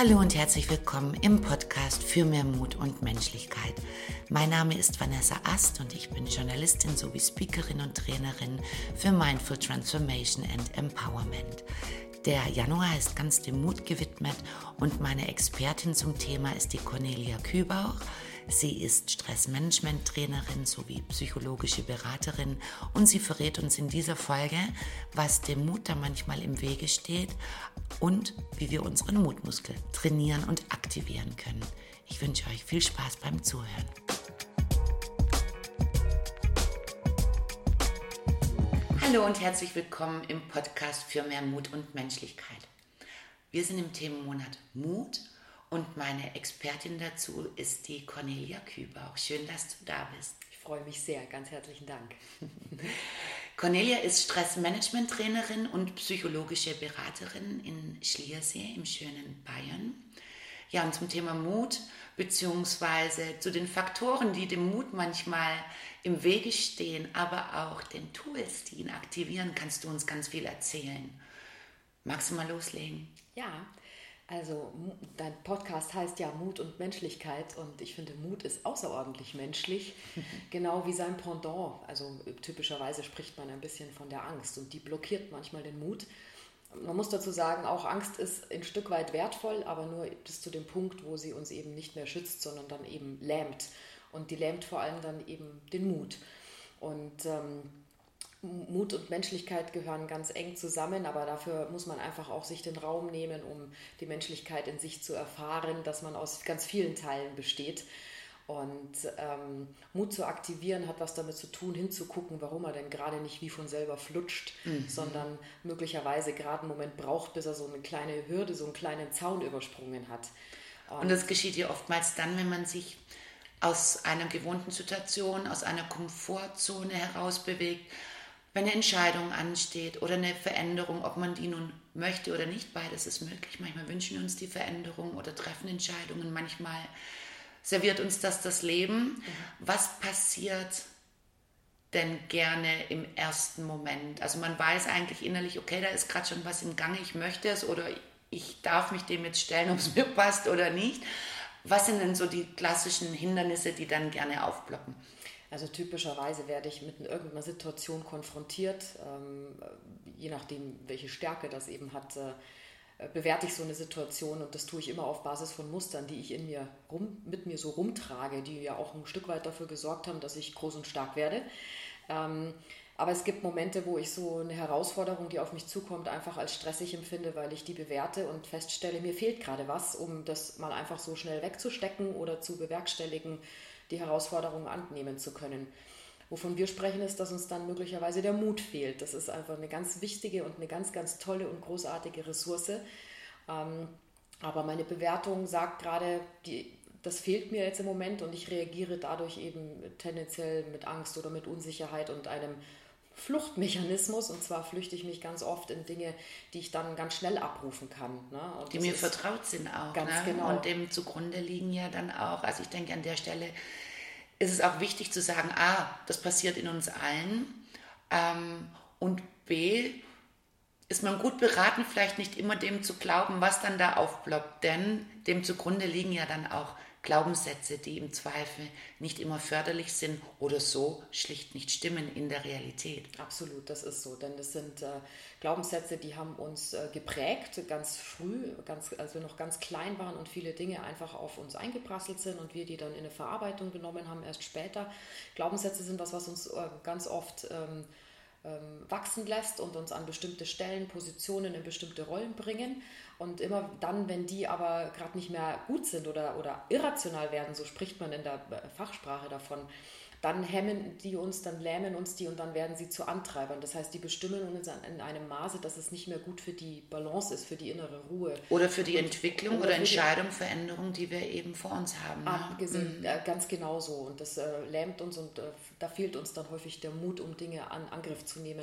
Hallo und herzlich willkommen im Podcast für mehr Mut und Menschlichkeit. Mein Name ist Vanessa Ast und ich bin Journalistin sowie Speakerin und Trainerin für Mindful Transformation and Empowerment. Der Januar ist ganz dem Mut gewidmet und meine Expertin zum Thema ist die Cornelia Kübauch. Sie ist Stressmanagement-Trainerin sowie psychologische Beraterin und sie verrät uns in dieser Folge, was dem Mut da manchmal im Wege steht und wie wir unseren Mutmuskel trainieren und aktivieren können. Ich wünsche euch viel Spaß beim Zuhören. Hallo und herzlich willkommen im Podcast für mehr Mut und Menschlichkeit. Wir sind im Themenmonat Mut. Und meine Expertin dazu ist die Cornelia Kübauch. Schön, dass du da bist. Ich freue mich sehr. Ganz herzlichen Dank. Cornelia ist Stressmanagement-Trainerin und psychologische Beraterin in Schliersee im schönen Bayern. Ja, und zum Thema Mut beziehungsweise zu den Faktoren, die dem Mut manchmal im Wege stehen, aber auch den Tools, die ihn aktivieren, kannst du uns ganz viel erzählen. Magst du mal loslegen? Ja. Also dein Podcast heißt ja Mut und Menschlichkeit und ich finde, Mut ist außerordentlich menschlich, genau wie sein Pendant. Also typischerweise spricht man ein bisschen von der Angst und die blockiert manchmal den Mut. Man muss dazu sagen, auch Angst ist ein Stück weit wertvoll, aber nur bis zu dem Punkt, wo sie uns eben nicht mehr schützt, sondern dann eben lähmt. Und die lähmt vor allem dann eben den Mut. Und Mut und Menschlichkeit gehören ganz eng zusammen, aber dafür muss man einfach auch sich den Raum nehmen, um die Menschlichkeit in sich zu erfahren, dass man aus ganz vielen Teilen besteht. Und Mut zu aktivieren hat was damit zu tun, hinzugucken, warum er denn gerade nicht wie von selber flutscht, sondern möglicherweise gerade einen Moment braucht, bis er so eine kleine Hürde, so einen kleinen Zaun übersprungen hat. Und das geschieht ja oftmals dann, wenn man sich aus einer gewohnten Situation, aus einer Komfortzone heraus bewegt, wenn eine Entscheidung ansteht oder eine Veränderung, ob man die nun möchte oder nicht, beides ist möglich. Manchmal wünschen wir uns die Veränderung oder treffen Entscheidungen. Manchmal serviert uns das Leben. Was passiert denn gerne im ersten Moment? Also man weiß eigentlich innerlich, okay, da ist gerade schon was im Gange, ich möchte es oder ich darf mich dem jetzt stellen, ob es mir passt oder nicht. Was sind denn so die klassischen Hindernisse, die dann gerne aufploppen? Also typischerweise werde ich mit irgendeiner Situation konfrontiert, je nachdem, welche Stärke das eben hat, bewerte ich so eine Situation und das tue ich immer auf Basis von Mustern, die ich mit mir so rumtrage, die ja auch ein Stück weit dafür gesorgt haben, dass ich groß und stark werde. Aber es gibt Momente, wo ich so eine Herausforderung, die auf mich zukommt, einfach als stressig empfinde, weil ich die bewerte und feststelle, mir fehlt gerade was, um das mal einfach so schnell wegzustecken oder zu bewerkstelligen, die Herausforderungen annehmen zu können. Wovon wir sprechen, ist, dass uns dann möglicherweise der Mut fehlt. Das ist einfach eine ganz wichtige und eine ganz, ganz tolle und großartige Ressource. Aber meine Bewertung sagt gerade, das fehlt mir jetzt im Moment und ich reagiere dadurch eben tendenziell mit Angst oder mit Unsicherheit und einem Fluchtmechanismus, und zwar flüchte ich mich ganz oft in Dinge, die ich dann ganz schnell abrufen kann. Ne? Und die mir vertraut sind auch. Ganz ne? Genau. Und dem zugrunde liegen ja dann auch, also ich denke an der Stelle ist es auch wichtig zu sagen, das passiert in uns allen und B, ist man gut beraten, vielleicht nicht immer dem zu glauben, was dann da aufploppt, denn dem zugrunde liegen ja dann auch Glaubenssätze, die im Zweifel nicht immer förderlich sind oder so schlicht nicht stimmen in der Realität. Absolut, das ist so, denn das sind Glaubenssätze, die haben uns geprägt, ganz früh, als wir noch ganz klein waren und viele Dinge einfach auf uns eingeprasselt sind und wir die dann in eine Verarbeitung genommen haben, erst später. Glaubenssätze sind was uns ganz oft wachsen lässt und uns an bestimmte Stellen, Positionen in bestimmte Rollen bringen. Und immer dann, wenn die aber gerade nicht mehr gut sind oder irrational werden, so spricht man in der Fachsprache davon, dann hemmen die uns, dann lähmen uns die und dann werden sie zu Antreibern. Das heißt, die bestimmen uns in einem Maße, dass es nicht mehr gut für die Balance ist, für die innere Ruhe. Oder für die Entwicklung oder Entscheidung, Veränderung, die wir eben vor uns haben. Ne? Ganz genau so. Und das lähmt uns und da fehlt uns dann häufig der Mut, um Dinge an Angriff zu nehmen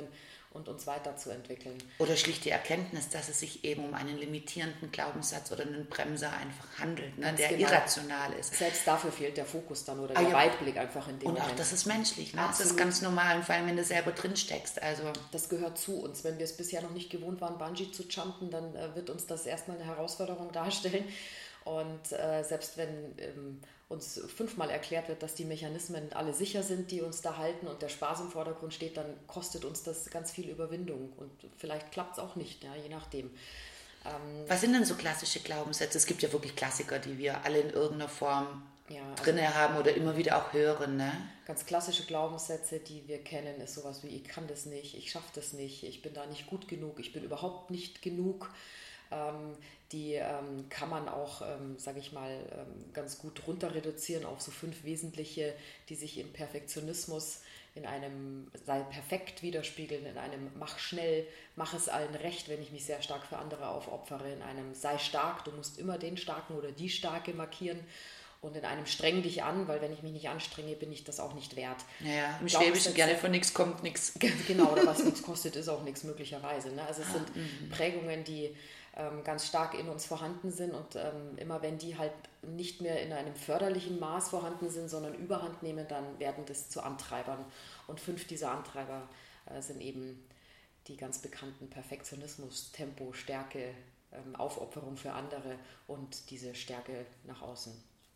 und uns weiterzuentwickeln. Oder schlicht die Erkenntnis, dass es sich eben um einen limitierenden Glaubenssatz oder einen Bremser einfach handelt, ne, der genau. irrational ist. Selbst dafür fehlt der Fokus dann oder der Weitblick einfach in dem Moment. Und auch das ist menschlich, ne? Das ist ganz normal, und vor allem, wenn du selber drin steckst. Also das gehört zu uns. Wenn wir es bisher noch nicht gewohnt waren, Bungee zu jumpen, dann wird uns das erstmal eine Herausforderung darstellen. Und selbst wenn uns 5-mal erklärt wird, dass die Mechanismen alle sicher sind, die uns da halten und der Spaß im Vordergrund steht, dann kostet uns das ganz viel Überwindung. Und vielleicht klappt es auch nicht, ja, je nachdem. Was sind denn so klassische Glaubenssätze? Es gibt ja wirklich Klassiker, die wir alle in irgendeiner Form drinne haben oder immer wieder auch hören. Ne? Ganz klassische Glaubenssätze, die wir kennen, ist sowas wie: Ich kann das nicht, ich schaffe das nicht, ich bin da nicht gut genug, ich bin überhaupt nicht genug. Die kann man auch, sage ich mal, ganz gut runter reduzieren auf so 5 wesentliche, die sich im Perfektionismus in einem sei perfekt widerspiegeln, in einem mach schnell, mach es allen recht, wenn ich mich sehr stark für andere aufopfere, in einem sei stark, du musst immer den Starken oder die Starke markieren, und in einem streng dich an, weil wenn ich mich nicht anstrenge, bin ich das auch nicht wert. Ja, im Schwäbischen gerne von nichts kommt nichts. Genau, oder was nichts kostet, ist auch nichts möglicherweise. Ne? Also es sind Prägungen, die ganz stark in uns vorhanden sind, und immer wenn die halt nicht mehr in einem förderlichen Maß vorhanden sind, sondern Überhand nehmen, dann werden das zu Antreibern. Und 5 dieser Antreiber sind eben die ganz bekannten Perfektionismus, Tempo, Stärke, Aufopferung für andere und diese Stärke nach außen.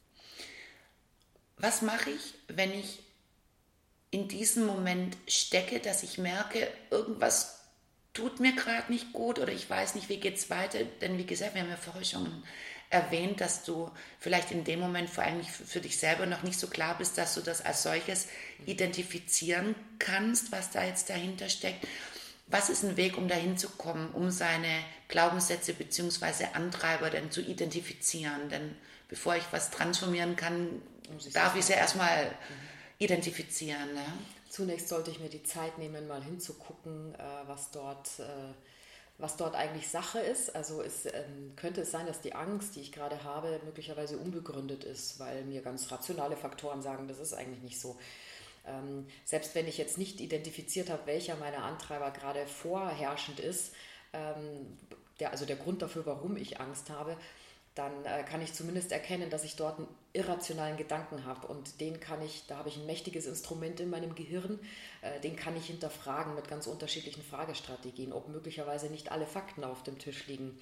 Was mache ich, wenn ich in diesem Moment stecke, dass ich merke, irgendwas tut mir gerade nicht gut oder ich weiß nicht, wie geht es weiter? Denn wie gesagt, wir haben ja vorher schon erwähnt, dass du vielleicht in dem Moment vor allem für dich selber noch nicht so klar bist, dass du das als solches identifizieren kannst, was da jetzt dahinter steckt. Was ist ein Weg, um dahin zu kommen, um seine Glaubenssätze bzw. Antreiber denn zu identifizieren? Denn bevor ich was transformieren kann, darf ich es ja erstmal identifizieren. Ne? Zunächst sollte ich mir die Zeit nehmen, mal hinzugucken, was dort eigentlich Sache ist. Also könnte es sein, dass die Angst, die ich gerade habe, möglicherweise unbegründet ist, weil mir ganz rationale Faktoren sagen, das ist eigentlich nicht so. Selbst wenn ich jetzt nicht identifiziert habe, welcher meiner Antreiber gerade vorherrschend ist, der Grund dafür, warum ich Angst habe, dann kann ich zumindest erkennen, dass ich dort einen irrationalen Gedanken habe, und da habe ich ein mächtiges Instrument in meinem Gehirn, den kann ich hinterfragen mit ganz unterschiedlichen Fragestrategien, ob möglicherweise nicht alle Fakten auf dem Tisch liegen,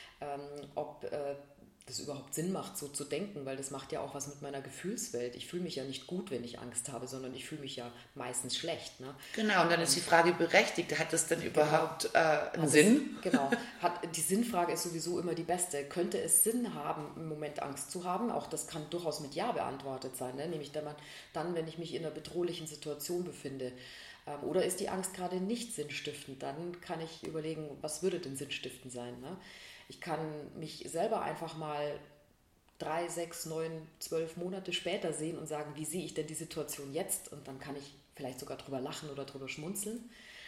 ob das überhaupt Sinn macht, so zu denken, weil das macht ja auch was mit meiner Gefühlswelt. Ich fühle mich ja nicht gut, wenn ich Angst habe, sondern ich fühle mich ja meistens schlecht. Ne? Genau, und dann ist die Frage berechtigt, hat das denn überhaupt einen Sinn? Genau, die Sinnfrage ist sowieso immer die beste. Könnte es Sinn haben, im Moment Angst zu haben? Auch das kann durchaus mit Ja beantwortet sein, ne? Nämlich dann, wenn ich mich in einer bedrohlichen Situation befinde. Oder ist die Angst gerade nicht sinnstiftend? Dann kann ich überlegen, was würde denn sinnstiftend sein? Ne? Ich kann mich selber einfach mal 3, 6, 9, 12 Monate später sehen und sagen, wie sehe ich denn die Situation jetzt? Und dann kann ich vielleicht sogar drüber lachen oder drüber schmunzeln.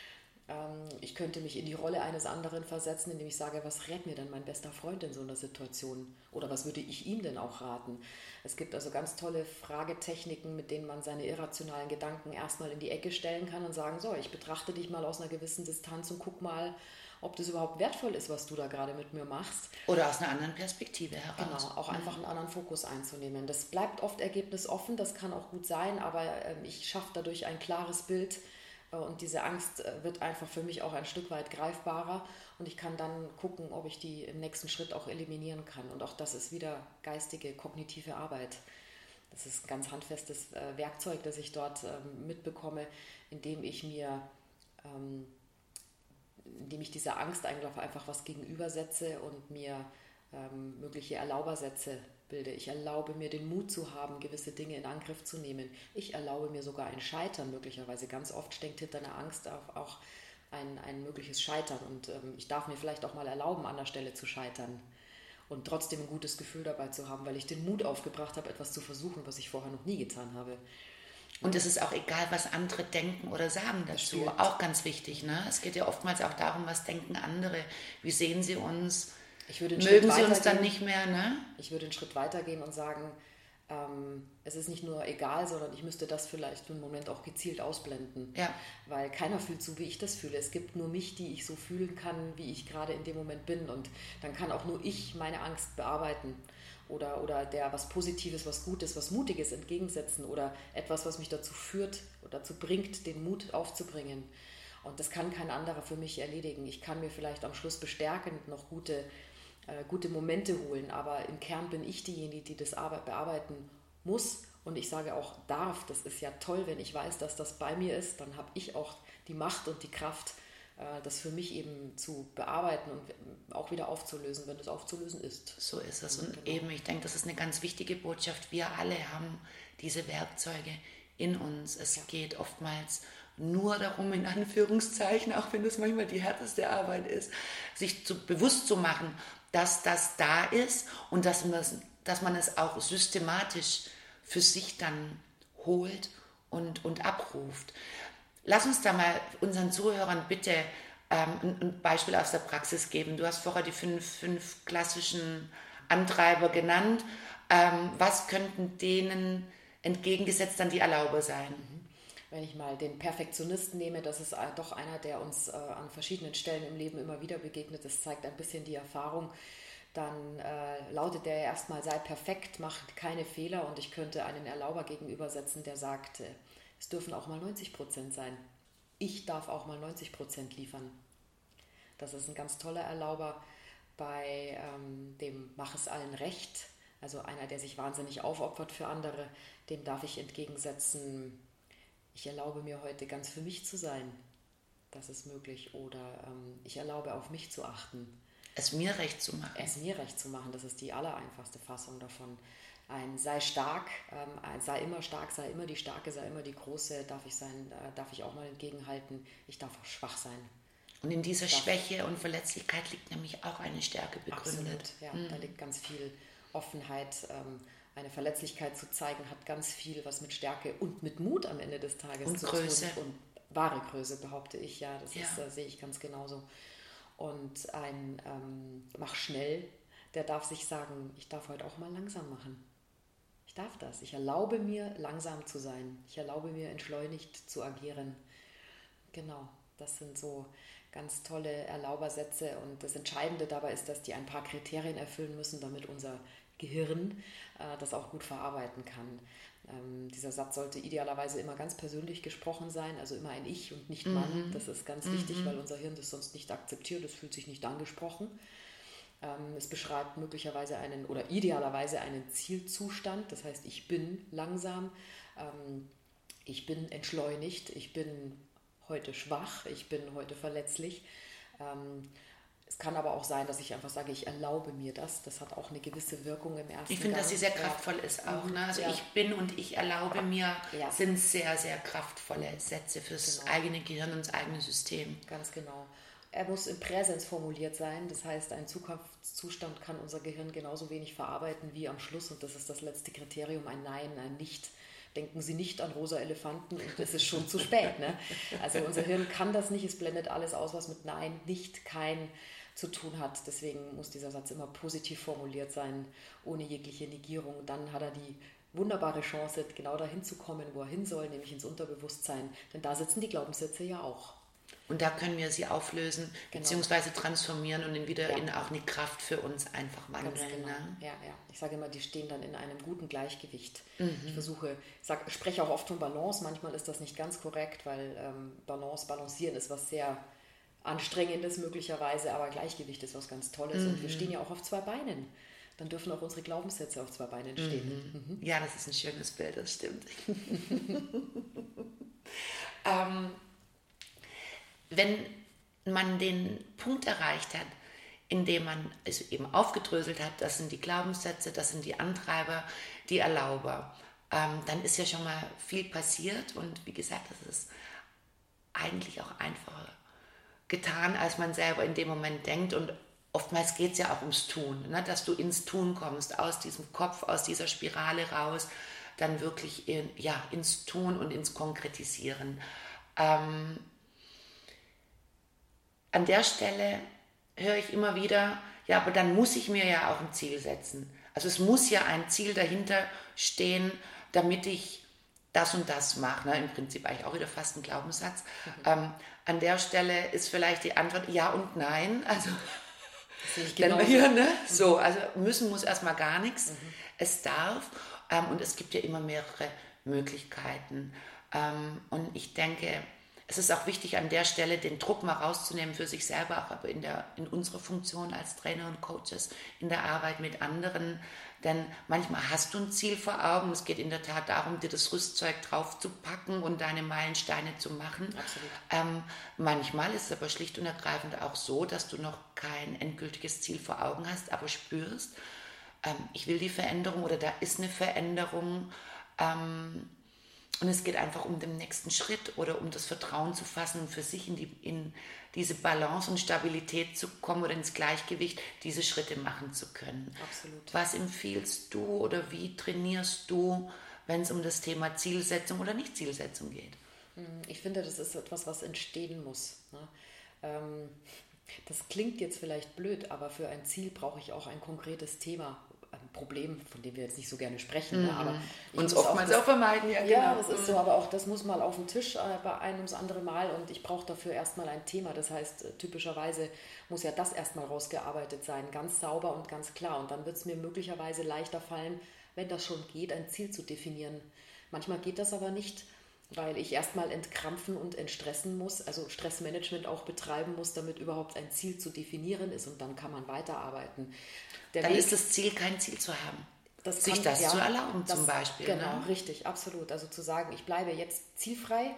Ich könnte mich in die Rolle eines anderen versetzen, indem ich sage, was rät mir denn mein bester Freund in so einer Situation? Oder was würde ich ihm denn auch raten? Es gibt also ganz tolle Fragetechniken, mit denen man seine irrationalen Gedanken erstmal in die Ecke stellen kann und sagen, so, ich betrachte dich mal aus einer gewissen Distanz und guck mal, ob das überhaupt wertvoll ist, was du da gerade mit mir machst. Oder aus einer anderen Perspektive heraus. Genau, auch einfach einen anderen Fokus einzunehmen. Das bleibt oft ergebnisoffen, das kann auch gut sein, aber ich schaffe dadurch ein klares Bild, und diese Angst wird einfach für mich auch ein Stück weit greifbarer, und ich kann dann gucken, ob ich die im nächsten Schritt auch eliminieren kann. Und auch das ist wieder geistige, kognitive Arbeit. Das ist ein ganz handfestes Werkzeug, das ich dort mitbekomme, indem ich dieser Angst einfach was gegenübersetze und mir mögliche Erlaubersätze bilde. Ich erlaube mir den Mut zu haben, gewisse Dinge in Angriff zu nehmen. Ich erlaube mir sogar ein Scheitern möglicherweise. Ganz oft steckt hinter einer Angst auch ein mögliches Scheitern, und ich darf mir vielleicht auch mal erlauben, an der Stelle zu scheitern und trotzdem ein gutes Gefühl dabei zu haben, weil ich den Mut aufgebracht habe, etwas zu versuchen, was ich vorher noch nie getan habe. Und es ist auch egal, was andere denken oder sagen dazu. Auch ganz wichtig. Ne? Es geht ja oftmals auch darum, was denken andere. Wie sehen sie uns? Mögen sie uns dann nicht mehr? Ne? Ich würde einen Schritt weiter gehen und sagen, Es ist nicht nur egal, sondern ich müsste das vielleicht für einen Moment auch gezielt ausblenden, Ja. weil keiner fühlt so, wie ich das fühle. Es gibt nur mich, die ich so fühlen kann, wie ich gerade in dem Moment bin, und dann kann auch nur ich meine Angst bearbeiten oder der was Positives, was Gutes, was Mutiges entgegensetzen oder etwas, was mich dazu führt oder dazu bringt, den Mut aufzubringen. Und das kann kein anderer für mich erledigen. Ich kann mir vielleicht am Schluss bestärkend noch gute Momente holen, aber im Kern bin ich diejenige, die das bearbeiten muss, und ich sage auch darf. Das ist ja toll, wenn ich weiß, dass das bei mir ist, dann habe ich auch die Macht und die Kraft, das für mich eben zu bearbeiten und auch wieder aufzulösen, wenn es aufzulösen ist. So ist es. Und eben, ich denke, das ist eine ganz wichtige Botschaft. Wir alle haben diese Werkzeuge in uns. Es geht oftmals nur darum, in Anführungszeichen, auch wenn das manchmal die härteste Arbeit ist, sich bewusst zu machen, dass das da ist und dass man es auch systematisch für sich dann holt und abruft. Lass uns da mal unseren Zuhörern bitte ein Beispiel aus der Praxis geben. Du hast vorher die fünf klassischen Antreiber genannt. Was könnten denen entgegengesetzt dann die Erlauber sein? Wenn ich mal den Perfektionisten nehme, das ist doch einer, der uns an verschiedenen Stellen im Leben immer wieder begegnet. Das zeigt ein bisschen die Erfahrung. Dann lautet der erstmal, sei perfekt, mach keine Fehler, und ich könnte einen Erlauber gegenübersetzen, der sagt, es dürfen auch mal 90% sein. Ich darf auch mal 90% liefern. Das ist ein ganz toller Erlauber. Bei dem Mach es allen recht, also einer, der sich wahnsinnig aufopfert für andere, dem darf ich entgegensetzen, ich erlaube mir heute ganz für mich zu sein. Das ist möglich. Oder ich erlaube, auf mich zu achten. Es mir recht zu machen. Es mir recht zu machen, das ist die allereinfachste Fassung davon. Sei stark, sei immer stark, sei immer die Starke, sei immer die Große, darf ich sein, darf ich auch mal entgegenhalten. Ich darf auch schwach sein. Und in dieser Schwäche und Verletzlichkeit liegt nämlich auch eine Stärke begründet. Absolut, ja, da liegt ganz viel Offenheit. Eine Verletzlichkeit zu zeigen, hat ganz viel was mit Stärke und mit Mut am Ende des Tages und zu Größe. tun. Und wahre Größe, behaupte ich, ja, das sehe ich ganz genauso. Und ein Mach schnell, der darf sich sagen, ich darf heute auch mal langsam machen. Ich darf das. Ich erlaube mir, langsam zu sein. Ich erlaube mir, entschleunigt zu agieren. Genau, das sind so ganz tolle Erlaubersätze. Und das Entscheidende dabei ist, dass die ein paar Kriterien erfüllen müssen, damit unser Gehirn das auch gut verarbeiten kann. Dieser Satz sollte idealerweise immer ganz persönlich gesprochen sein, also immer ein Ich und nicht Mann. Das ist ganz wichtig, weil unser Hirn das sonst nicht akzeptiert, es fühlt sich nicht angesprochen. Es beschreibt möglicherweise oder idealerweise einen Zielzustand, das heißt, ich bin langsam, ich bin entschleunigt, ich bin heute schwach, ich bin heute verletzlich. Es kann aber auch sein, dass ich einfach sage, ich erlaube mir das. Das hat auch eine gewisse Wirkung im ersten Ich finde, dass sie sehr Gang. kraftvoll ist auch. Ne? Also ich bin und ich erlaube mir, sind sehr, sehr kraftvolle Sätze fürs eigene Gehirn und das eigene System. Ganz genau. Er muss im Präsens formuliert sein. Das heißt, einen Zukunftszustand kann unser Gehirn genauso wenig verarbeiten wie am Schluss. Und das ist das letzte Kriterium, ein Nein, ein Nicht. Denken Sie nicht an rosa Elefanten und es ist schon zu spät. Ne? Also unser Hirn kann das nicht. Es blendet alles aus, was mit Nein, Nicht, kein zu tun hat. Deswegen muss dieser Satz immer positiv formuliert sein, ohne jegliche Negierung. Dann hat er die wunderbare Chance, genau dahin zu kommen, wo er hin soll, nämlich ins Unterbewusstsein. Denn da sitzen die Glaubenssätze ja auch. Und da können wir sie auflösen, beziehungsweise transformieren und wieder in auch eine Kraft für uns einfach wandeln. Genau. Ne? Ja. Ich sage immer, die stehen dann in einem guten Gleichgewicht. Ich spreche auch oft von Balance. Manchmal ist das nicht ganz korrekt, weil Balancieren ist was sehr Anstrengendes möglicherweise, aber Gleichgewicht ist was ganz Tolles. Und wir stehen ja auch auf zwei Beinen. Dann dürfen auch unsere Glaubenssätze auf zwei Beinen stehen. Ja, das ist ein schönes Bild, das stimmt. Wenn man den Punkt erreicht hat, in dem man es eben aufgedröselt hat, das sind die Glaubenssätze, das sind die Antreiber, die Erlauber, dann ist ja schon mal viel passiert und wie gesagt, das ist eigentlich auch einfacher getan, als man selber in dem Moment denkt und oftmals geht es ja auch ums Tun, ne? Dass du ins Tun kommst, aus diesem Kopf, aus dieser Spirale raus, dann wirklich ins Tun und ins Konkretisieren. An der Stelle höre ich immer wieder, ja, aber dann muss ich mir ja auch ein Ziel setzen. Also es muss ja ein Ziel dahinter stehen, damit ich das und das mache. Ne? Im Prinzip eigentlich auch wieder fast ein Glaubenssatz. An der Stelle ist vielleicht die Antwort ja und nein. Also so, also müssen muss erstmal gar nichts. Es darf und es gibt ja immer mehrere Möglichkeiten. Und ich denke, es ist auch wichtig, an der Stelle den Druck mal rauszunehmen für sich selber, auch aber in unserer Funktion als Trainer und Coaches, in der Arbeit mit anderen. Denn manchmal hast du ein Ziel vor Augen. Es geht in der Tat darum, dir das Rüstzeug drauf zu packen und deine Meilensteine zu machen. Manchmal ist es aber schlicht und ergreifend auch so, dass du noch kein endgültiges Ziel vor Augen hast, aber spürst, ich will die Veränderung oder da ist eine Veränderung. Und es geht einfach um den nächsten Schritt oder um das Vertrauen zu fassen und für sich in diese Balance und Stabilität zu kommen oder ins Gleichgewicht, diese Schritte machen zu können. Absolut. Was empfiehlst du oder wie trainierst du, wenn es um das Thema Zielsetzung oder Nicht-Zielsetzung geht? Ich finde, das ist etwas, was entstehen muss. Ne? Das klingt jetzt vielleicht blöd, aber für ein Ziel brauche ich auch ein konkretes Thema. Ein Problem, von dem wir jetzt nicht so gerne sprechen. Ne? Aber uns oftmals auch vermeiden. Ja, ja, das ist so, aber auch das muss mal auf den Tisch bei einem ums andere Mal und ich brauche dafür erstmal ein Thema. Das heißt, typischerweise muss ja das erstmal rausgearbeitet sein, ganz sauber und ganz klar. Und dann wird es mir möglicherweise leichter fallen, wenn das schon geht, ein Ziel zu definieren. Manchmal geht das aber nicht, weil ich erstmal entkrampfen und entstressen muss, also Stressmanagement auch betreiben muss, damit überhaupt ein Ziel zu definieren ist und dann kann man weiterarbeiten. Dann ist das Ziel, kein Ziel zu haben. Sich das zu erlauben zum Beispiel. Genau, ne? Richtig, absolut. Also zu sagen, ich bleibe jetzt zielfrei.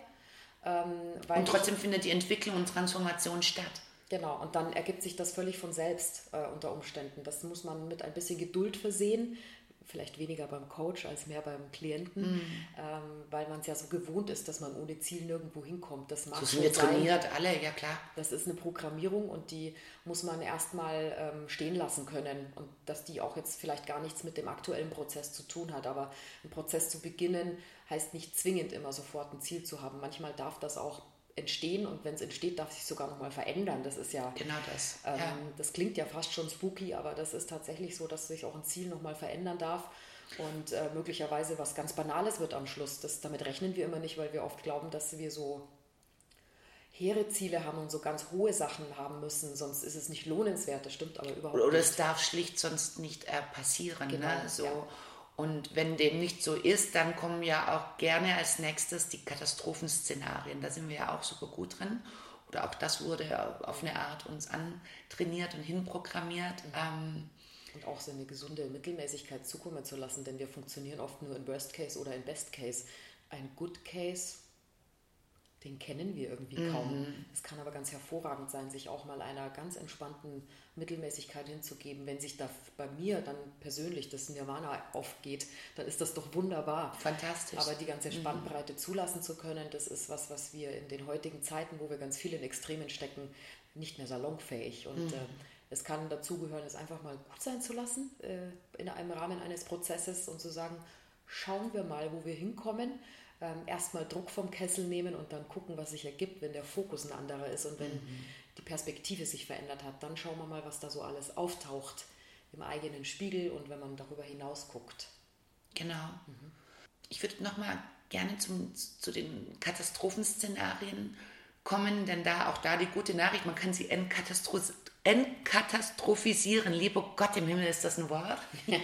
Und trotzdem findet die Entwicklung und Transformation statt. Genau, und dann ergibt sich das völlig von selbst unter Umständen. Das muss man mit ein bisschen Geduld versehen, vielleicht weniger beim Coach als mehr beim Klienten, weil man es ja so gewohnt ist, dass man ohne Ziel nirgendwo hinkommt. Das mag so sind wir trainiert, alle, ja klar. Das ist eine Programmierung und die muss man erstmal stehen lassen können und dass die auch jetzt vielleicht gar nichts mit dem aktuellen Prozess zu tun hat, aber ein Prozess zu beginnen heißt nicht zwingend immer sofort ein Ziel zu haben. Manchmal darf das auch entstehen und wenn es entsteht, darf sich sogar nochmal verändern. Das ist ja... Genau das. Das klingt ja fast schon spooky, aber das ist tatsächlich so, dass sich auch ein Ziel nochmal verändern darf und möglicherweise was ganz Banales wird am Schluss. Damit rechnen wir immer nicht, weil wir oft glauben, dass wir so hehre Ziele haben und so ganz hohe Sachen haben müssen, sonst ist es nicht lohnenswert, das stimmt aber überhaupt nicht. Oder es darf schlicht sonst nicht passieren. Genau, ne? So. Ja. Und wenn dem nicht so ist, dann kommen ja auch gerne als nächstes die Katastrophenszenarien. Da sind wir ja auch super gut drin. Oder auch das wurde auf eine Art uns antrainiert und hinprogrammiert. Und auch so eine gesunde Mittelmäßigkeit zukommen zu lassen, denn wir funktionieren oft nur in Worst Case oder in Best Case. Ein Good Case, den kennen wir irgendwie kaum. Es kann aber ganz hervorragend sein, sich auch mal einer ganz entspannten Mittelmäßigkeit hinzugeben. Wenn sich da bei mir dann persönlich das Nirvana aufgeht, dann ist das doch wunderbar. Fantastisch. Aber die ganze Spannbreite zulassen zu können, das ist was wir in den heutigen Zeiten, wo wir ganz viel in Extremen stecken, nicht mehr salonfähig. Und es kann dazugehören, es einfach mal gut sein zu lassen in einem Rahmen eines Prozesses und zu sagen, schauen wir mal, wo wir hinkommen. Erstmal Druck vom Kessel nehmen und dann gucken, was sich ergibt, wenn der Fokus ein anderer ist und wenn die Perspektive sich verändert hat, dann schauen wir mal, was da so alles auftaucht im eigenen Spiegel und wenn man darüber hinaus guckt. Genau. Ich würde nochmal gerne zu den Katastrophenszenarien kommen, denn auch da die gute Nachricht, man kann sie entkatastrophisieren. Lieber Gott im Himmel, ist das ein Wort? Ja.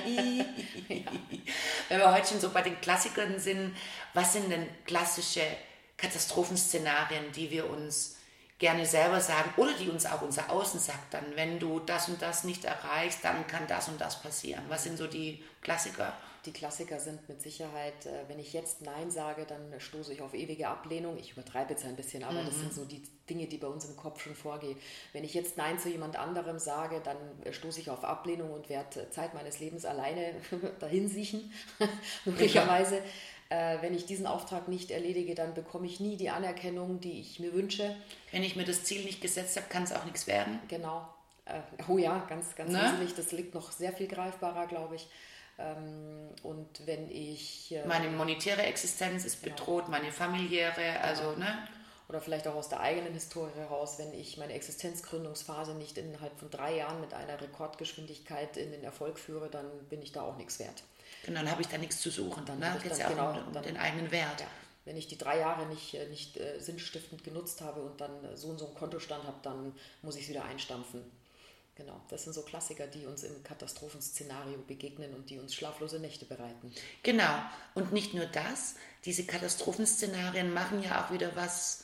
Wenn wir heute schon so bei den Klassikern sind, was sind denn klassische Katastrophenszenarien, die wir uns gerne selber sagen oder die uns auch unser Außen sagt dann, wenn du das und das nicht erreichst, dann kann das und das passieren. Was sind so die Klassiker? Die Klassiker sind mit Sicherheit, wenn ich jetzt Nein sage, dann stoße ich auf ewige Ablehnung. Ich übertreibe jetzt ein bisschen, aber das sind so die Dinge, die bei uns im Kopf schon vorgehen. Wenn ich jetzt Nein zu jemand anderem sage, dann stoße ich auf Ablehnung und werde Zeit meines Lebens alleine dahin siechen, möglicherweise. Wenn ich diesen Auftrag nicht erledige, dann bekomme ich nie die Anerkennung, die ich mir wünsche. Wenn ich mir das Ziel nicht gesetzt habe, kann es auch nichts werden. Genau. Oh ja, ganz wesentlich. Das liegt noch sehr viel greifbarer, glaube ich. Und wenn ich... meine monetäre Existenz ist bedroht, meine familiäre, also, genau. ne? oder vielleicht auch aus der eigenen Historie heraus, wenn ich meine Existenzgründungsphase nicht innerhalb von 3 Jahren mit einer Rekordgeschwindigkeit in den Erfolg führe, dann bin ich da auch nichts wert. Genau, dann habe ich da nichts zu suchen. Dann Geht es ja auch um den eigenen Wert. Ja, wenn ich die 3 Jahre nicht sinnstiftend genutzt habe und dann so und so einen Kontostand habe, dann muss ich es wieder einstampfen. Genau, das sind so Klassiker, die uns im Katastrophenszenario begegnen und die uns schlaflose Nächte bereiten. Genau, und nicht nur das, diese Katastrophenszenarien machen ja auch wieder was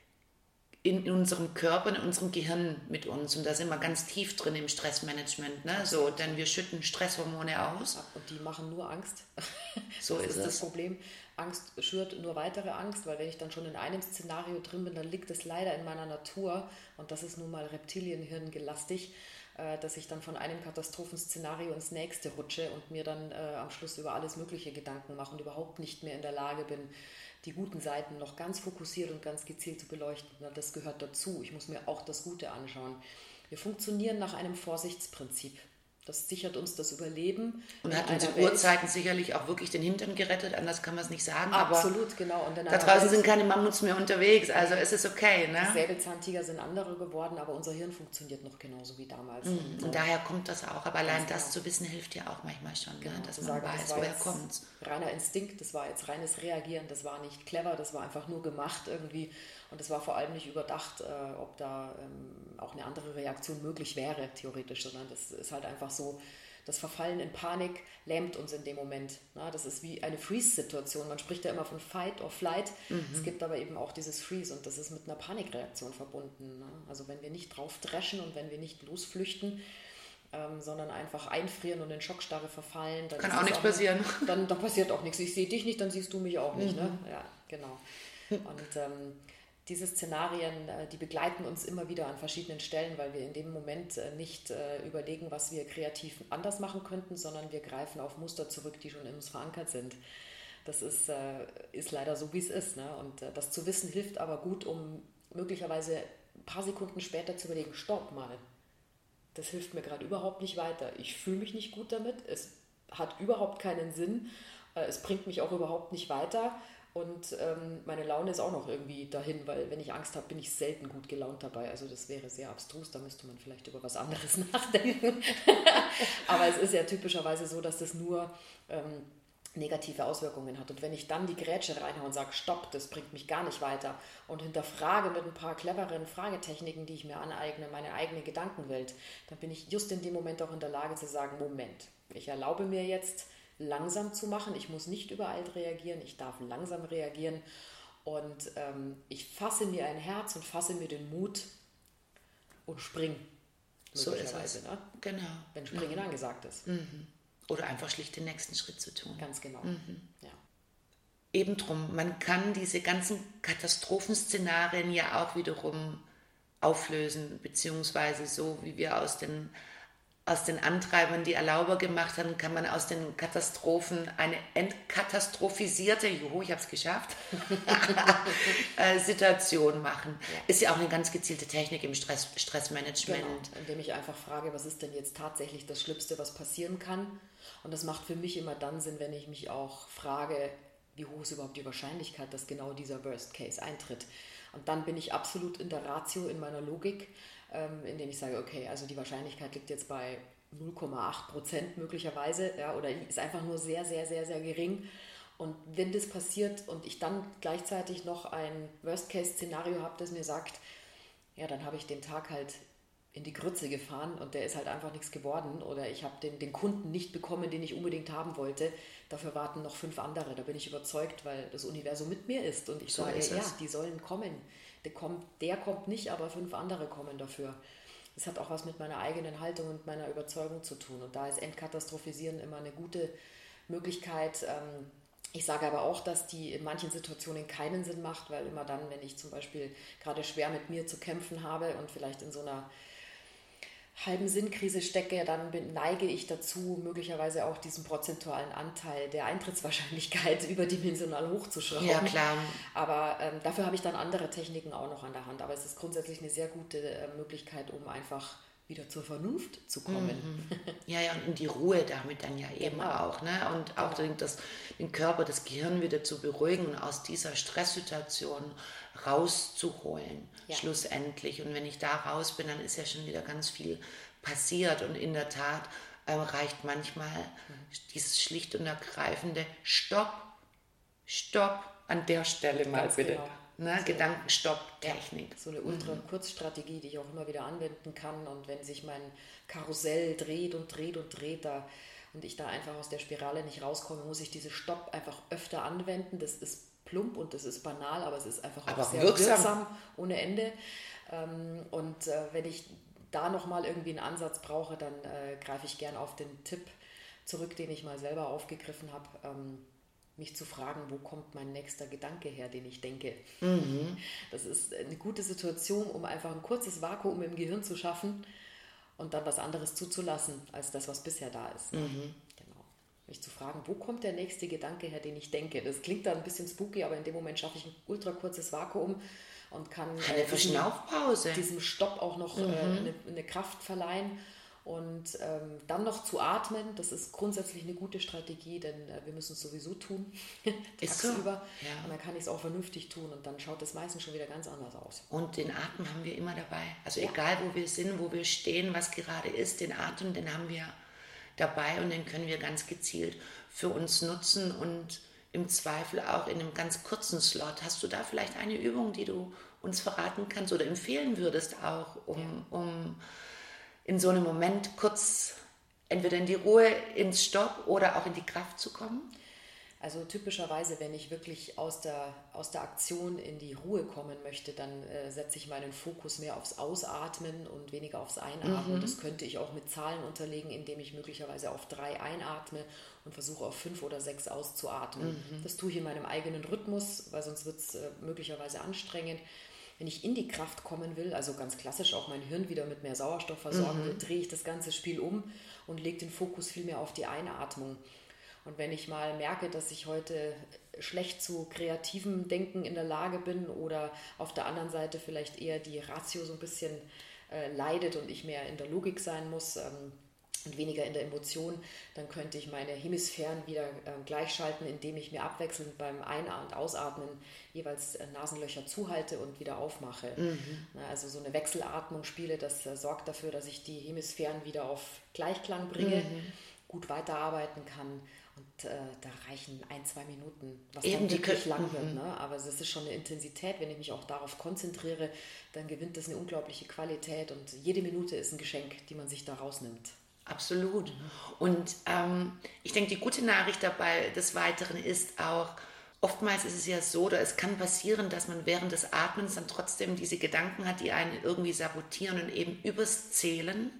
in unserem Körper, in unserem Gehirn mit uns. Und da sind wir ganz tief drin im Stressmanagement. Ne? So, denn wir schütten Stresshormone aus. Und die machen nur Angst. So das ist das es. Problem. Angst schürt nur weitere Angst, weil wenn ich dann schon in einem Szenario drin bin, dann liegt es leider in meiner Natur, und das ist nun mal Reptilienhirn gelastig, dass ich dann von einem Katastrophenszenario ins nächste rutsche und mir dann am Schluss über alles mögliche Gedanken mache und überhaupt nicht mehr in der Lage bin, die guten Seiten noch ganz fokussiert und ganz gezielt zu beleuchten. Das gehört dazu. Ich muss mir auch das Gute anschauen. Wir funktionieren nach einem Vorsichtsprinzip. Das sichert uns das Überleben. Und hat uns in Urzeiten sicherlich auch wirklich den Hintern gerettet, anders kann man es nicht sagen. Absolut, aber genau. Und da draußen sind keine Mammuts mehr unterwegs, also es ist okay. Ne? Säbelzahntiger sind andere geworden, aber unser Hirn funktioniert noch genauso wie damals. Und daher kommt das auch, aber allein das zu wissen, hilft ja auch manchmal schon, genau, ne? Dass man weiß, woher kommt es. Reiner Instinkt, das war jetzt reines Reagieren, das war nicht clever, das war einfach nur gemacht irgendwie. Und es war vor allem nicht überdacht, ob da auch eine andere Reaktion möglich wäre, theoretisch, sondern das ist halt einfach so, das Verfallen in Panik lähmt uns in dem Moment. Na, das ist wie eine Freeze-Situation. Man spricht ja immer von Fight or Flight. Es gibt aber eben auch dieses Freeze und das ist mit einer Panikreaktion verbunden. Ne? Also wenn wir nicht drauf dreschen und wenn wir nicht losflüchten, sondern einfach einfrieren und in Schockstarre verfallen, dann kann auch nichts passieren. Dann passiert auch nichts. Ich sehe dich nicht, dann siehst du mich auch nicht. Ne? Ja, genau. Und diese Szenarien, die begleiten uns immer wieder an verschiedenen Stellen, weil wir in dem Moment nicht überlegen, was wir kreativ anders machen könnten, sondern wir greifen auf Muster zurück, die schon in uns verankert sind. Das ist leider so, wie es ist. Ne? Und das zu wissen hilft aber gut, um möglicherweise ein paar Sekunden später zu überlegen, stopp mal, das hilft mir gerade überhaupt nicht weiter. Ich fühle mich nicht gut damit, es hat überhaupt keinen Sinn, es bringt mich auch überhaupt nicht weiter. Und meine Laune ist auch noch irgendwie dahin, weil wenn ich Angst habe, bin ich selten gut gelaunt dabei. Also das wäre sehr abstrus, da müsste man vielleicht über was anderes nachdenken. Aber es ist ja typischerweise so, dass das nur negative Auswirkungen hat. Und wenn ich dann die Grätsche reinhaue und sage, stopp, das bringt mich gar nicht weiter und hinterfrage mit ein paar cleveren Fragetechniken, die ich mir aneigne, meine eigene Gedankenwelt, dann bin ich just in dem Moment auch in der Lage zu sagen, Moment, ich erlaube mir jetzt langsam zu machen. Ich muss nicht übereilt reagieren, ich darf langsam reagieren und ich fasse mir ein Herz und fasse mir den Mut und spring. So ist es. Ne? Genau. Wenn Springen angesagt ist. Oder einfach schlicht den nächsten Schritt zu tun. Ganz genau. Ja. Eben drum, man kann diese ganzen Katastrophenszenarien ja auch wiederum auflösen, beziehungsweise so wie wir aus den Antreibern, die Erlauber gemacht haben, kann man aus den Katastrophen eine entkatastrophisierte, juhu, ich habe es geschafft, Situation machen. Ja. Ist ja auch eine ganz gezielte Technik im Stressmanagement. Genau, indem ich einfach frage, was ist denn jetzt tatsächlich das Schlimmste, was passieren kann? Und das macht für mich immer dann Sinn, wenn ich mich auch frage, wie hoch ist überhaupt die Wahrscheinlichkeit, dass genau dieser Worst Case eintritt. Und dann bin ich absolut in der Ratio, in meiner Logik, indem ich sage, okay, also die Wahrscheinlichkeit liegt jetzt bei 0,8% möglicherweise, ja, oder ist einfach nur sehr, sehr, sehr, sehr gering. Und wenn das passiert und ich dann gleichzeitig noch ein Worst-Case-Szenario habe, das mir sagt, ja, dann habe ich den Tag halt in die Grütze gefahren und der ist halt einfach nichts geworden oder ich habe den Kunden nicht bekommen, den ich unbedingt haben wollte, dafür warten noch 5 andere. Da bin ich überzeugt, weil das Universum mit mir ist und ich sage, ja, die sollen kommen. Der kommt nicht, aber 5 andere kommen dafür. Das hat auch was mit meiner eigenen Haltung und meiner Überzeugung zu tun. Und da ist Entkatastrophisieren immer eine gute Möglichkeit. Ich sage aber auch, dass die in manchen Situationen keinen Sinn macht, weil immer dann, wenn ich zum Beispiel gerade schwer mit mir zu kämpfen habe und vielleicht in so einer halben Sinnkrise stecke, dann neige ich dazu, möglicherweise auch diesen prozentualen Anteil der Eintrittswahrscheinlichkeit überdimensional hochzuschrauben. Ja, klar. Aber dafür habe ich dann andere Techniken auch noch an der Hand. Aber es ist grundsätzlich eine sehr gute Möglichkeit, um einfach wieder zur Vernunft zu kommen. Ja, ja, und in die Ruhe damit dann ja eben Genau. auch. Ne? Und auch den Körper, das Gehirn wieder zu beruhigen und aus dieser Stresssituation rauszuholen, schlussendlich. Und wenn ich da raus bin, dann ist ja schon wieder ganz viel passiert. Und in der Tat reicht manchmal dieses schlicht und ergreifende Stopp an der Stelle mal Ganz bitte. genau. Ne? So. Gedankenstopp-Technik. So eine Ultra-Kurzstrategie, die ich auch immer wieder anwenden kann. Und wenn sich mein Karussell dreht und ich da einfach aus der Spirale nicht rauskomme, muss ich diese Stopp einfach öfter anwenden. Das ist plump und das ist banal, aber es ist einfach auch sehr wirksam ohne Ende. Und wenn ich da nochmal irgendwie einen Ansatz brauche, dann greife ich gern auf den Tipp zurück, den ich mal selber aufgegriffen habe, mich zu fragen, wo kommt mein nächster Gedanke her, den ich denke. Das ist eine gute Situation, um einfach ein kurzes Vakuum im Gehirn zu schaffen und dann was anderes zuzulassen, als das, was bisher da ist. Genau. Mich zu fragen, wo kommt der nächste Gedanke her, den ich denke. Das klingt dann ein bisschen spooky, aber in dem Moment schaffe ich ein ultra kurzes Vakuum und kann eine Verschnaufpause. Diesem Stopp auch noch eine Kraft verleihen. Und dann noch zu atmen, das ist grundsätzlich eine gute Strategie, denn wir müssen es sowieso tun, tagsüber. So. Ja. Und dann kann ich es auch vernünftig tun und dann schaut es meistens schon wieder ganz anders aus. Und den Atem haben wir immer dabei. Also egal, wo wir sind, wo wir stehen, was gerade ist, den Atem, den haben wir dabei und den können wir ganz gezielt für uns nutzen und im Zweifel auch in einem ganz kurzen Slot. Hast du da vielleicht eine Übung, die du uns verraten kannst oder empfehlen würdest auch, um in so einem Moment kurz entweder in die Ruhe, ins Stopp oder auch in die Kraft zu kommen? Also typischerweise, wenn ich wirklich aus der Aktion in die Ruhe kommen möchte, dann setze ich meinen Fokus mehr aufs Ausatmen und weniger aufs Einatmen. Das könnte ich auch mit Zahlen unterlegen, indem ich möglicherweise auf 3 einatme und versuche auf 5 oder 6 auszuatmen. Das tue ich in meinem eigenen Rhythmus, weil sonst wird es möglicherweise anstrengend. Wenn ich in die Kraft kommen will, also ganz klassisch auch mein Hirn wieder mit mehr Sauerstoff versorgen will, drehe ich das ganze Spiel um und lege den Fokus viel mehr auf die Einatmung. Und wenn ich mal merke, dass ich heute schlecht zu kreativem Denken in der Lage bin oder auf der anderen Seite vielleicht eher die Ratio so ein bisschen leidet und ich mehr in der Logik sein muss und weniger in der Emotion, dann könnte ich meine Hemisphären wieder gleichschalten, indem ich mir abwechselnd beim Ein- und Ausatmen jeweils Nasenlöcher zuhalte und wieder aufmache. Also so eine Wechselatmung spiele, das sorgt dafür, dass ich die Hemisphären wieder auf Gleichklang bringe, gut weiterarbeiten kann. Und da reichen 1-2 Minuten, was eben dann wirklich lang wird. Ne? Aber es ist schon eine Intensität. Wenn ich mich auch darauf konzentriere, dann gewinnt das eine unglaubliche Qualität. Und jede Minute ist ein Geschenk, die man sich da rausnimmt. Absolut. Und ich denke, die gute Nachricht dabei des Weiteren ist auch, oftmals ist es ja so, oder es kann passieren, dass man während des Atmens dann trotzdem diese Gedanken hat, die einen irgendwie sabotieren und eben übers Zählen.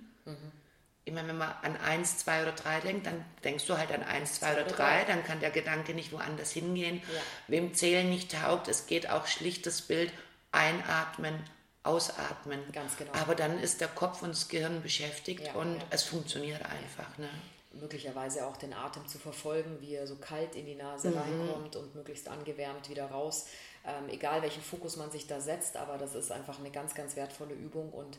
Immer wenn man an 1, 2 oder 3 denkt, dann denkst du halt an 1, 2 oder 3, dann kann der Gedanke nicht woanders hingehen. Ja. Wem Zählen nicht taugt, es geht auch schlicht das Bild einatmen, ausatmen. Ganz genau. Aber dann ist der Kopf und das Gehirn beschäftigt und es funktioniert einfach. Ne? Möglicherweise auch den Atem zu verfolgen, wie er so kalt in die Nase reinkommt und möglichst angewärmt wieder raus. Egal welchen Fokus man sich da setzt, aber das ist einfach eine ganz, ganz wertvolle Übung und